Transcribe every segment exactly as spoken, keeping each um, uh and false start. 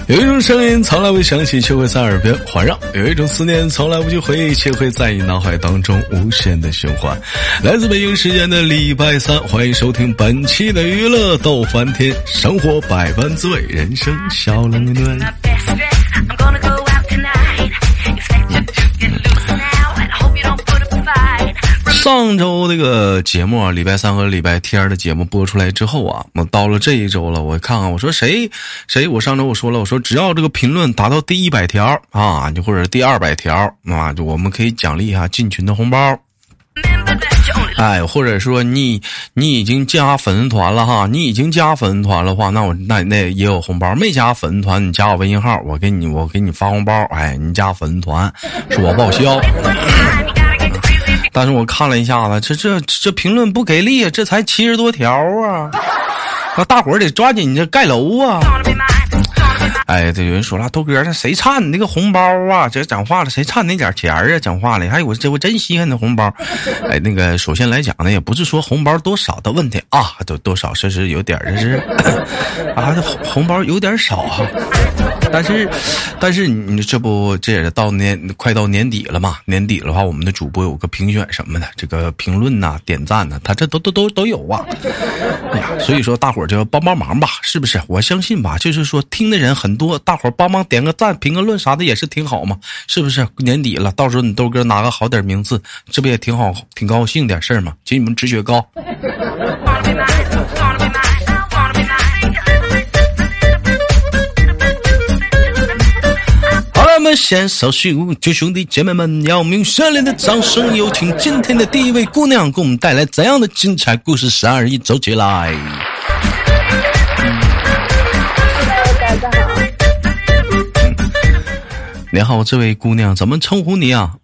有一种声音从来不响起，却会在耳边环绕；有一种思念从来不去回忆，却会在你脑海当中无限的循环。来自北京时间的礼拜三，欢迎收听本期的娱乐逗翻天，生活百般滋味，人生笑了面对。上周这个节目啊，礼拜三和礼拜天的节目播出来之后啊，我到了这一周了，我看看，我说谁谁，我上周我说了，我说只要这个评论达到第一百条啊，就或者第二百条啊，就我们可以奖励一下进群的红包。哎，或者说你你已经加粉丝团了哈，你已经加粉丝团的话，那我那那也有红包。没加粉丝团，你加我微信号，我给你我给你发红包。哎，你加粉丝团是我报销。但是我看了一下子，这这这评论不给力啊，这才七十多条啊，那大伙儿得抓紧这盖楼啊。哎，这有人说了，豆哥，那谁差你那个红包啊？这讲话了，谁差你那点钱啊？讲话了，还有我这我真稀罕那红包。哎，那个首先来讲呢，也不是说红包多少的问题啊，多多少这是有点，这是啊，红包有点少啊。但是，但是你这不这也到年快到年底了嘛？年底的话，我们的主播有个评选什么的，这个评论呐、啊、点赞呐、啊，他这都都都都有啊。哎呀，所以说大伙儿就要帮帮忙吧，是不是？我相信吧，就是说听的人很多，大伙儿帮忙点个赞、评个论啥的也是挺好嘛，是不是？年底了，到时候你豆哥拿个好点名字，这不也挺好，挺高兴点事儿嘛？请你们止血膏。我们先稍息，就兄弟姐妹们，要用热烈的掌声有请今天的第一位姑娘，给我们带来怎样的精彩故事？三二一，走起来！ 大家好。 你好，这位姑娘，怎么称呼你啊？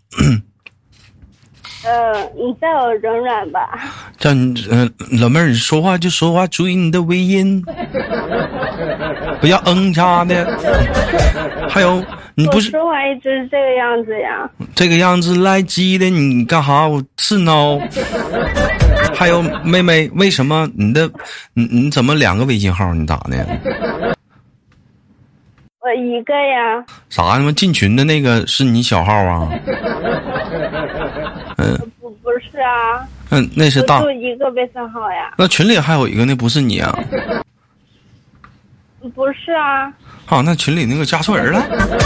呃，你叫我软软吧。 叫你，呃，老妹儿，你说话就说话，注意你的尾音，不要嗯家的。还有。你不是我说话一直是这个样子呀？ 这个样子来鸡的，你干哈？我是孬。还有妹妹，为什么你的你你怎么两个微信号？你咋的？ 我一个呀。 啥他妈进群的那个是你小号啊？嗯， 不不是啊。 嗯，那是大。 就一个微信号呀。 那群里还有一个，那不是你啊？ 不是啊。 好、啊，那群里那个加错人了。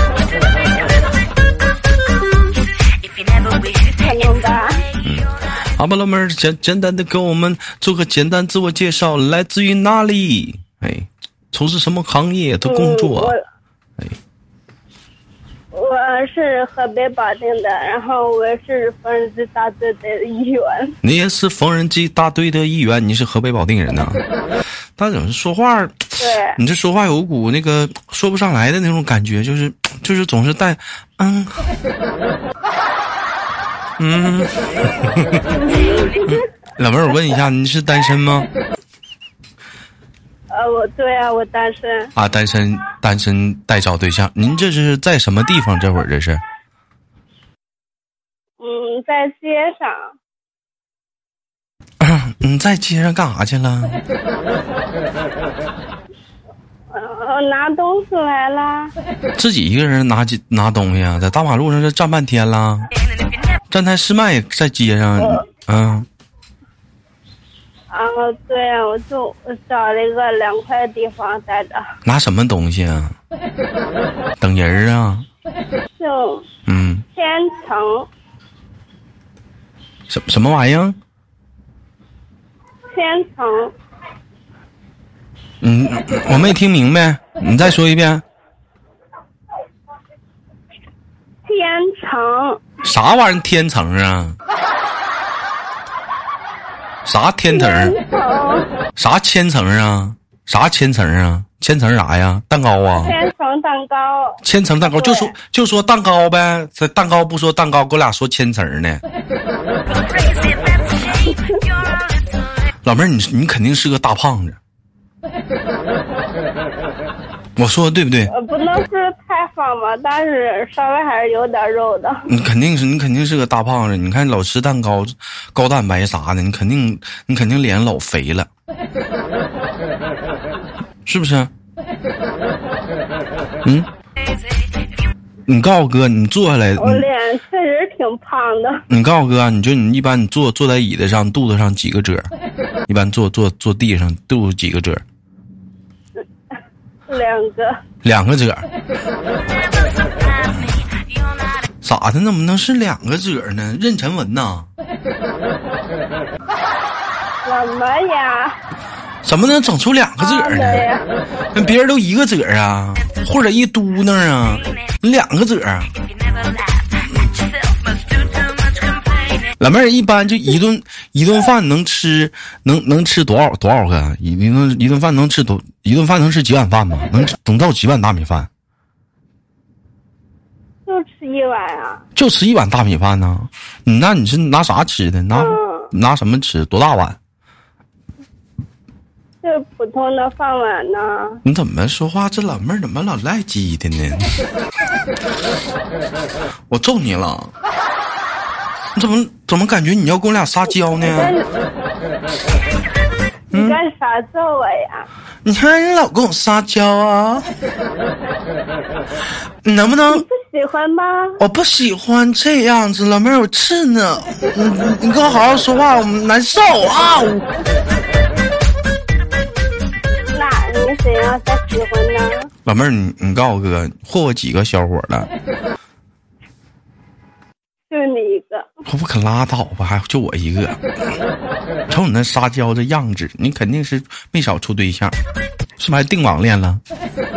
可能吧。 嗯，好吧，老妹儿，简简单的给我们做个简单自我介绍，来自于哪里？哎，从事什么行业的工作？ 嗯、 哎， 我是河北保定的，然后我是缝纫机大队的一员。 你也是缝纫机大队的一员？你是河北保定人呐？他怎么说话？ 对， 你这说话有股那个说不上来的那种感觉，就是就是总是带嗯嗯。老妹儿，我问一下，你是单身吗？ 呃，我对啊，我单身啊，单身单身待找对象。您这是在什么地方？这会儿这是？ 嗯，在街上。 你在街上干啥去了？ 呃，拿东西来了。 自己一个人拿拿东西啊，在大马路上这站半天了，站台试卖在街上，嗯。 啊，对啊，我就找了一个凉快的地方待着。 拿什么东西啊？等人啊？ 就嗯， 千层。 什什么玩意儿？ 千层。 嗯，我没听明白，你再说一遍。 天层。 啥玩意儿？天层啊？啥天层？啥千层啊？啥千层啊？千层啥呀？蛋糕啊？ 千层蛋糕。 千层蛋糕就说就说蛋糕呗，这蛋糕不说蛋糕，给我俩说千层呢。老妹儿，你你肯定是个大胖子。我说的对不对？ 呃，不能是太胖吧，但是稍微还是有点肉的。 你肯定是你肯定是个大胖子，你看老吃蛋糕、高蛋白啥的，你肯定你肯定脸老肥了，是不是？ 嗯，你告诉哥，你坐下来。 我脸确实挺胖的。 你告诉哥，你就你一般你坐坐在椅子上，肚子上几个褶？一般坐坐坐地上，肚子几个褶？ 两个。 两个褶。咋的？怎么能是两个褶呢？妊娠纹呐？ 什么呀？ 怎么能整出两个褶呢？跟别人都一个褶啊，或者一嘟囔啊，两个褶。老妹儿一般就一顿一顿饭能吃能能吃多少多少个？一一顿一顿饭能吃多一顿饭能吃几碗饭吗？能能到几碗大米饭？ 就吃一碗啊？ 就吃一碗大米饭呢？你那你是拿啥吃的？拿、嗯、拿什么吃？多大碗？ 就是普通的饭碗呢。 你怎么说话？这老妹儿怎么老赖鸡的呢？我揍你了！你怎么怎么感觉你要跟我俩撒娇呢？ 你干啥揍我呀？ 你看你老跟我撒娇啊！你能不能？ 你不喜欢吗？ 我不喜欢这样子，老妹儿，我刺呢。你你跟我好好说话，我难受啊！ 那你怎样才喜欢呢？ 老妹儿，你你告诉我哥，霍霍几个小伙了？ 就你一个。 我不可拉倒吧，还就我一个。瞅你那撒娇的样子，你肯定是没少处对象，是不是还订网恋了？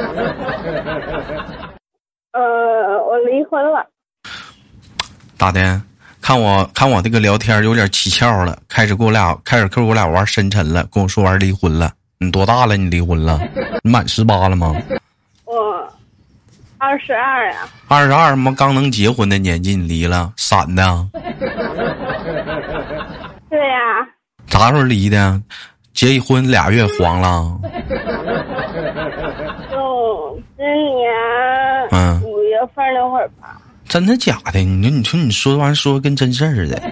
呃，我离婚了。 咋的？看我看我这个聊天有点蹊跷了，开始跟我俩开始跟我俩玩深沉了，跟我说玩离婚了。你多大了？你离婚了？你满十八了吗？ 我二十二呀。 二十二吗？刚能结婚的年纪你离了，闪的？ 对呀。 啥时候离的？结一婚俩月黄了？ 就今年嗯五月份那会儿吧。 真的假的？你说你说你说完说跟真事儿似的。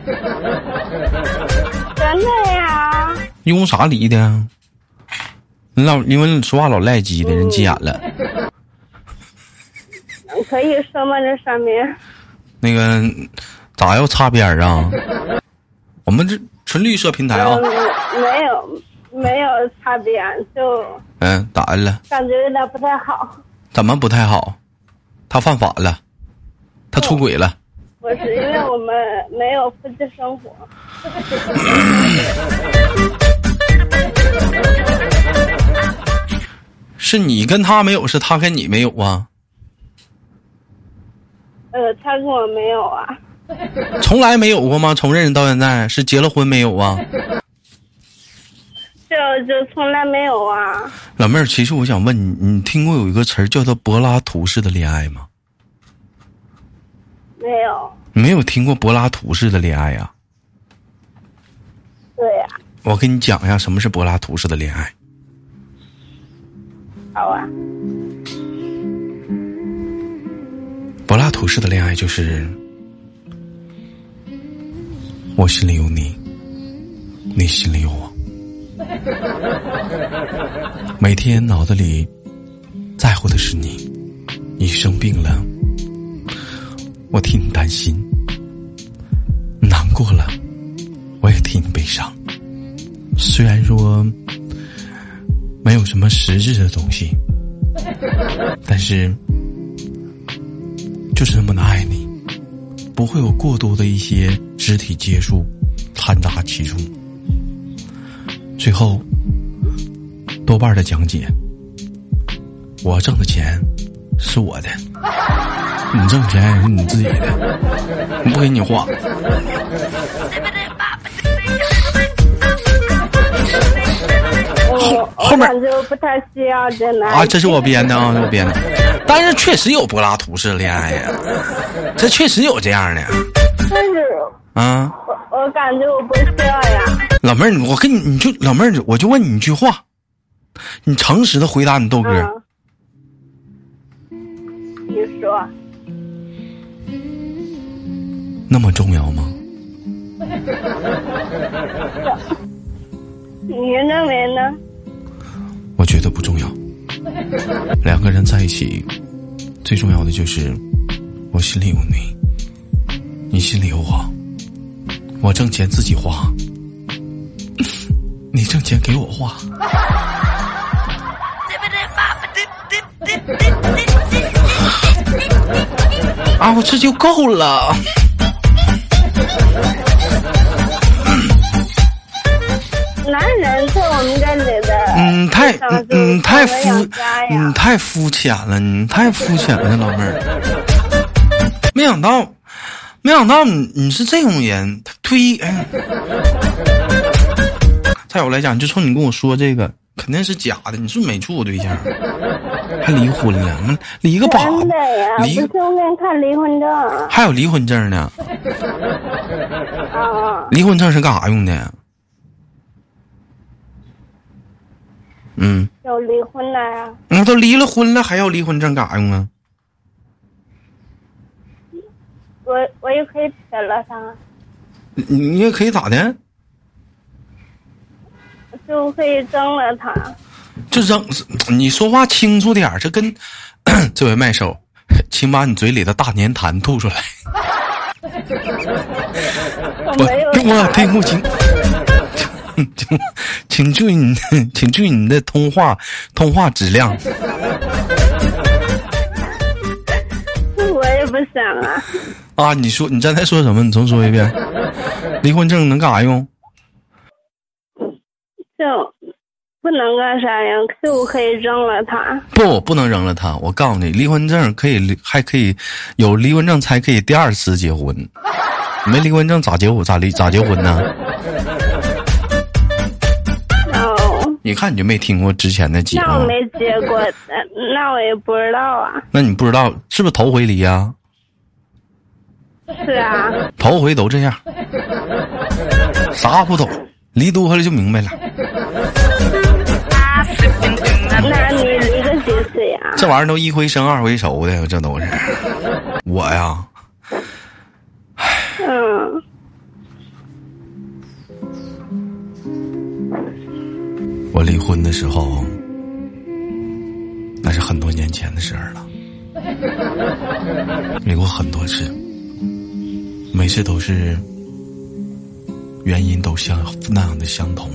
真的呀。 因为啥离的？你老因为你说话老赖鸡的，人急眼了。 可以说吗？这上面那个咋要擦边啊？我们这纯绿色平台啊。 嗯、没有没有擦边，就嗯咋的了？ 感觉有点不太好。 怎么不太好？他犯法了，他出轨了。 不是，因为我们没有夫妻生活。 是你跟他没有，是他跟你没有啊？ 呃，他跟我没有啊。 从来没有过吗？从认识到现在，是结了婚没有啊？ 就就从来没有啊。 老妹儿，其实我想问你，你听过有一个词儿叫做柏拉图式的恋爱吗？ 没有。 你没有听过柏拉图式的恋爱呀？ 对呀。 我跟你讲一下什么是柏拉图式的恋爱。 好啊。 柏拉图式的恋爱就是我心里有你，你心里有我，每天脑子里在乎的是你，你生病了我替你担心，难过了我也替你悲伤。虽然说没有什么实质的东西，但是就是那么的爱你，不会有过多的一些肢体接触掺杂其中。最后多半的讲解，我挣的钱是我的，你挣钱也是你自己的，我不给你花。 我后面感觉我不太需要真的啊，这是我编的啊，这是我编的。但是确实有柏拉图式恋爱呀，这确实有这样的。 但是啊， 我我感觉我不需要呀。 老妹儿，我跟你，你就老妹儿，我就问你一句话，你诚实的回答你豆哥。 嗯、你说。 那么重要吗？ 你认为呢？ 我觉得不重要。两个人在一起， 最重要的就是我心里有你，你心里有我。我挣钱自己花，你挣钱给我花。啊，我这就够了。 男人在我们这里的， 嗯，太嗯太肤嗯太肤浅了，你太肤浅了，老妹儿。没想到，没想到你你是这种人，推哎。在我来讲，就冲你跟我说这个，肯定是假的。你是不是没处过对象，还离婚了？离个粑粑！ 真的呀， 离不是我给你看离婚证， 还有离婚证呢。 啊， 离婚证是干啥用的？嗯， 有离婚了呀。 那、嗯、都离了婚了，还要离婚证干啥用啊？ 我我也可以撇了他。 你你也可以咋的？ 就可以扔了他。 就扔？你说话清楚点，这跟这位麦手，请把你嘴里的大粘痰吐出来。 我没有。 我听不清。请请注意你，请注意你的通话通话质量。 我也不想啊。 啊，你说你刚才说什么？你重说一遍。离婚证能干啥用？ 就不能干啥呀？就可以扔了他。 不，不能扔了他。我告诉你，离婚证可以，还可以有离婚证才可以第二次结婚。没离婚证咋结婚？咋离咋结婚呢？你看你就没听过之前的节目？ 那我没结过，那我也不知道啊。 那你不知道是不是头回离啊？ 是啊。 头回都这样，啥不懂，离多了就明白了。 那你离个几次呀？ 这玩意儿都一回生二回熟的，这都是。我呀， 嗯。 我离婚的时候，那是很多年前的事儿了，离过很多次，每次都是原因都相那样的相同，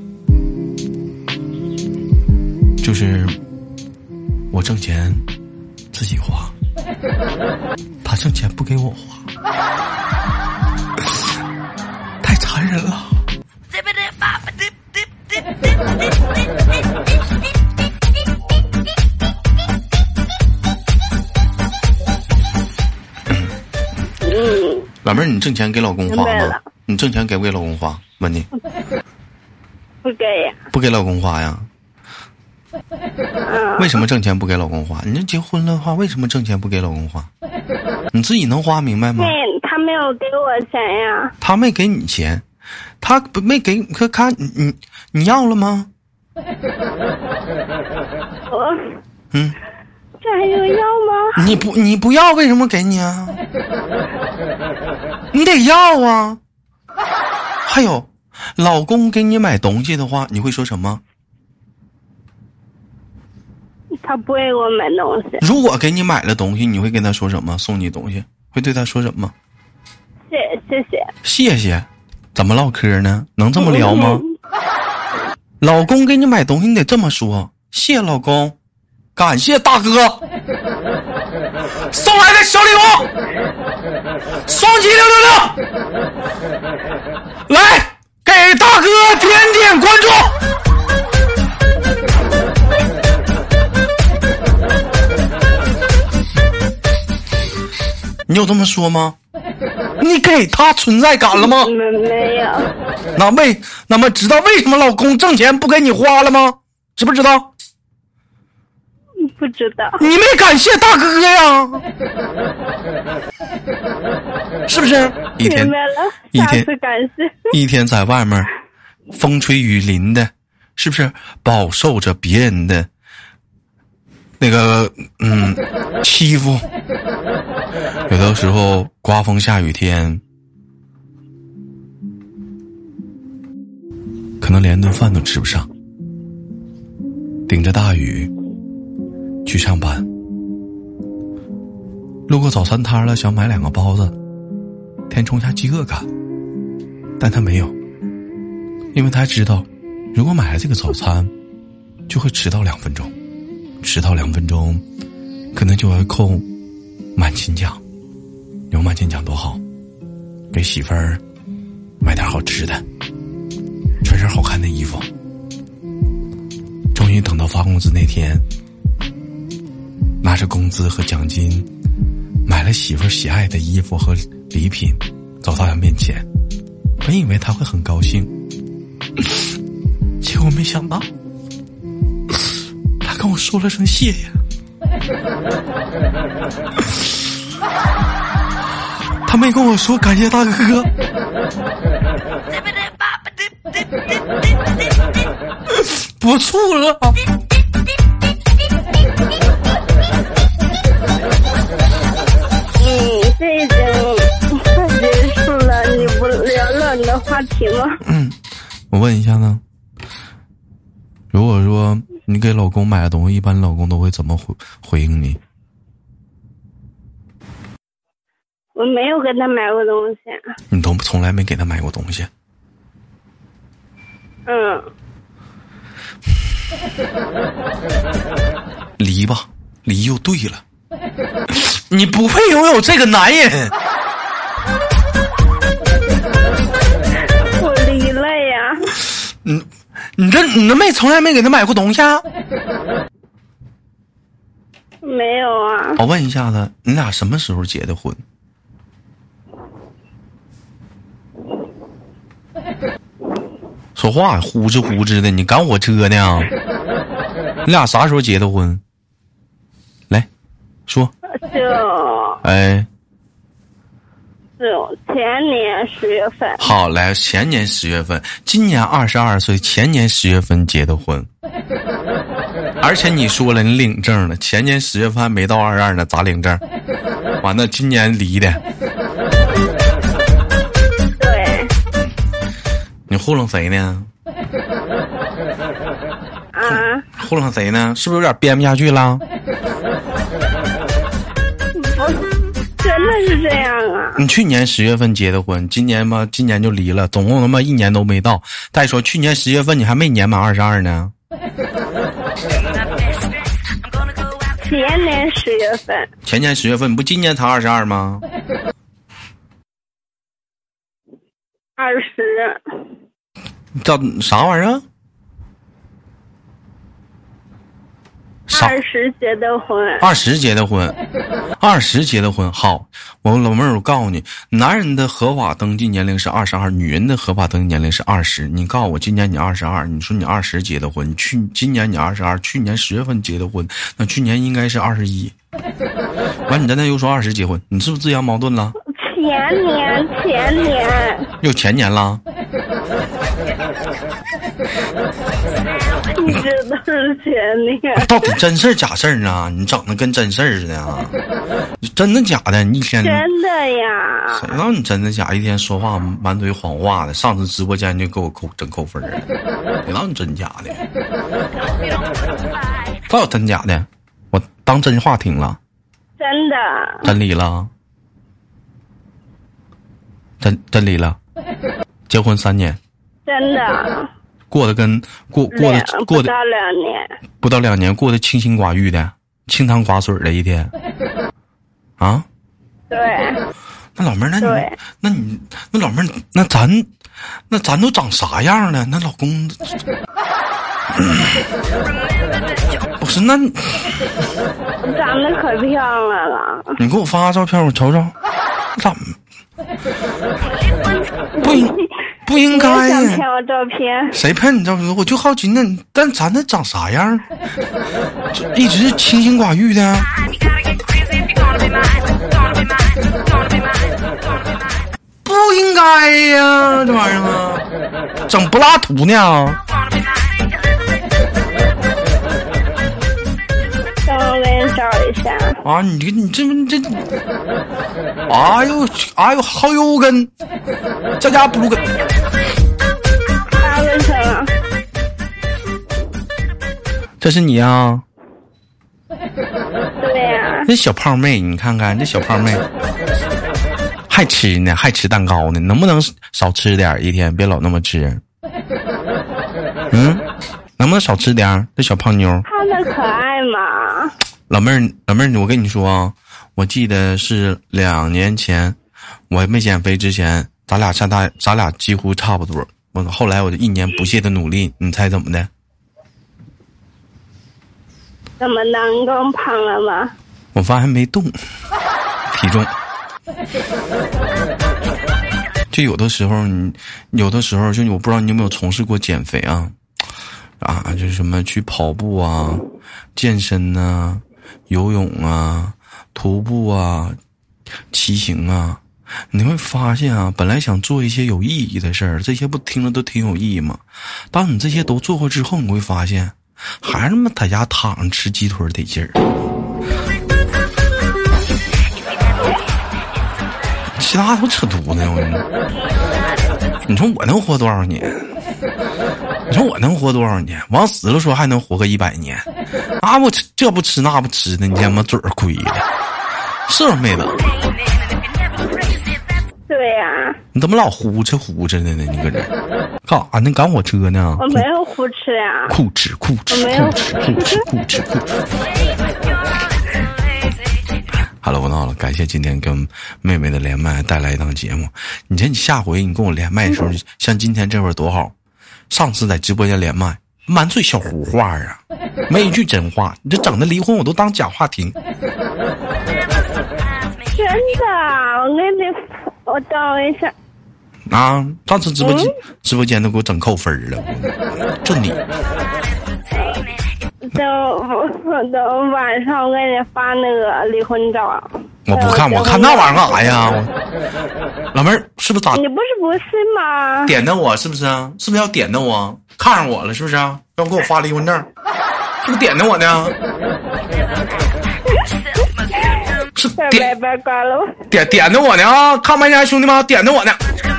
就是我挣钱自己花，他挣钱不给我花，太残忍了。 嗯， 老妹儿，你挣钱给老公花吗？你挣钱给不给老公花？问你。 不给呀。 不给老公花呀？ 嗯。 为什么挣钱不给老公花？你这结婚了的话，为什么挣钱不给老公花？你自己能花明白吗？ 他没有给我钱呀。 他没给你钱，他不没给可看你你你要了吗？ 我嗯。 这还有要吗？ 你不你不要为什么给你啊？你得要啊。还有，老公给你买东西的话，你会说什么？ 他不会给我买东西。 如果给你买了东西，你会跟他说什么？送你东西会对他说什么？ 谢谢谢谢谢。怎么唠嗑呢？能这么聊吗？嗯、老公给你买东西，你得这么说：谢老公，感谢大哥送来的小礼物，双击六六六，来给大哥点点关注。你有这么说吗？你给他存在感了吗？ 没没有。 那为那么知道为什么老公挣钱不给你花了吗？知不知道？ 不知道。 你没感谢大哥呀？是不是？一天一天感谢一天在外面风吹雨淋的，是不是饱受着别人的那个嗯欺负？有的时候刮风下雨天，可能连顿饭都吃不上，顶着大雨去上班， 路过早餐摊了，想买两个包子填充下饥饿感，但他没有，因为他知道如果买了这个早餐就会迟到两分钟，迟到两分钟可能就会扣满勤奖，有满勤奖多好，给媳妇儿买点好吃的，穿身好看的衣服。终于等到发工资那天，拿着工资和奖金买了媳妇儿喜爱的衣服和礼品，走到他面前。本以为他会很高兴，结果没想到他跟我说了声谢谢。他没跟我说感谢大哥。不错了。 嗯，这已经快结束了，你不聊聊你的话题吗？ 嗯，我问一下呢，如果说你给老公买的东西，一般老公都会怎么回回应你？ 我没有给他买过东西。 你都从来没给他买过东西？ 嗯。 离吧，离就对了。你不配拥有这个男人。 我离了呀。 嗯，你这你这妹从来没给他买过东西啊？ 没有啊。 我问一下子，你俩什么时候结的婚？说话呼哧呼哧的，你赶我车呢？你俩啥时候结的婚？来说。 就哎， 就前年十月份。 好，来，前年十月份，今年二十二岁，前年十月份结的婚。而且你说了，你领证了，前年十月份还没到二十二呢，咋领证？完了，今年离的。 对。 你糊弄谁呢？ 啊？ 糊弄谁呢？是不是有点编不下去了？ 不是，真的是这样啊。 你去年十月份结的婚，今年嘛，今年就离了，总共他妈一年都没到。再说去年十月份你还没年满二十二呢。 前年十月份。 前年十月份，你不今年才二十二吗？ 二十。 叫啥玩意儿？ 二十结的婚。 二十结的婚，二十结的婚。好，我老妹儿，我告诉你，男人的合法登记年龄是二十二，女人的合法登记年龄是二十。你告诉我，今年你二十二，你说你二十结的婚，去今年你二十二，去年十月份结的婚，那去年应该是二十一。完，你在那又说二十结婚，你是不是自相矛盾了？ 前年，前年。 又前年了。 一直都是前年。 到底真事儿假事儿呢？你整的跟真事儿似的啊！真的假的？你一天真的呀？ 谁让你真的假？一天说话满嘴谎话的，上次直播间就给我扣整扣分儿，谁让你真假的？到底真假的？我当真话听了。 真的。 真离了？真真离了？结婚三年？ 真的。 过得跟过过得过得不到两年， 不到两年，过得清心寡欲的，清汤寡水的一天，啊？ 对。 那老妹儿，那你那你那老妹儿，那咱那咱都长啥样了？那老公，不是那， 长得可漂亮了。 你给我发个照片我瞅瞅，咋不应不应该呀？ 想骗我照片？ 谁骗你照片？我就好奇，那但咱那长啥样？一直清心寡欲的。不应该呀，这玩意儿啊，整柏拉图呢？ 让我给你找一下。 啊，你这你这这，哎呦哎呦，好有根，这家不根。 八个层。 这是你啊？ 对呀、啊。 这小胖妹，你看看这小胖妹，还吃呢，还吃蛋糕呢，能不能少吃点？一天别老那么吃。嗯，能不能少吃点？这小胖妞， 她的可爱嘛。 老妹儿，老妹儿，我跟你说啊，我记得是两年前，我还没减肥之前，咱俩上大，咱俩几乎差不多。我后来我就一年不懈的努力，你猜怎么的？ 怎么能更胖了吗？ 我发现没动，体重。就有的时候你，有的时候就我不知道你有没有从事过减肥啊？啊，就是什么去跑步啊、健身啊、游泳啊、徒步啊、骑行啊，你会发现啊，本来想做一些有意义的事儿，这些不听着都挺有意义吗？当你这些都做过之后，你会发现，还是他妈在家躺着吃鸡腿得劲儿。其他都扯犊子，我你说我能活多少年？你说我能活多少年？往死了说还能活个一百年啊！我这不吃那不吃的，你他妈嘴儿亏了，是不是妹子？ 对呀、啊。 你怎么老呼哧呼哧的呢？你个人干啥呢？赶火车呢？ 我没有胡吃呀。 酷吃酷吃酷吃酷吃酷吃酷吃。好了，我闹了，感谢今天跟妹妹的连麦带来一档节目。你说你下回你跟我连麦的时候，像今天这会儿多好。上次在直播间连麦，满嘴小胡话啊，没一句真话。你这整的离婚我都当假话听。真的，我给你，我等一下。 啊，上次直播间、嗯、直播间都给我整扣分了，就你。 等我等晚上我给你发那个离婚照。 我不看，我看那玩意儿干啥呀？老妹儿是不是咋？ 你不是不信吗？ 点的我是不是啊？是不是要点的我？看上我了是不是啊？要给我发离婚证，是不是点的我呢？是点点点的我呢啊！看半天兄弟们点的我呢。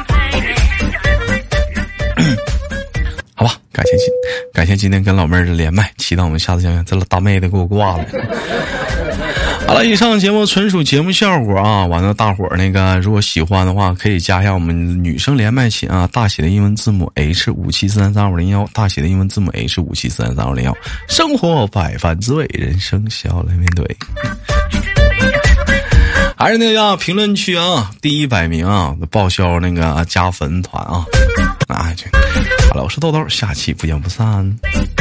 好吧，感谢今感谢今天跟老妹儿的连麦，期待我们下次相见。这老大妹的给我挂了。好了，以上节目纯属节目效果啊！完了，大伙儿那个如果喜欢的话，可以加一下我们女生连麦群啊，大写的英文字母 H 五七四三三五零一，大写的英文字母 H 五七四三三五零一。生活百般滋味，人生笑来面对。还是那样，评论区啊，第一百名啊，报销那个加粉团啊，啊，好了，我是豆豆，下期不见不散。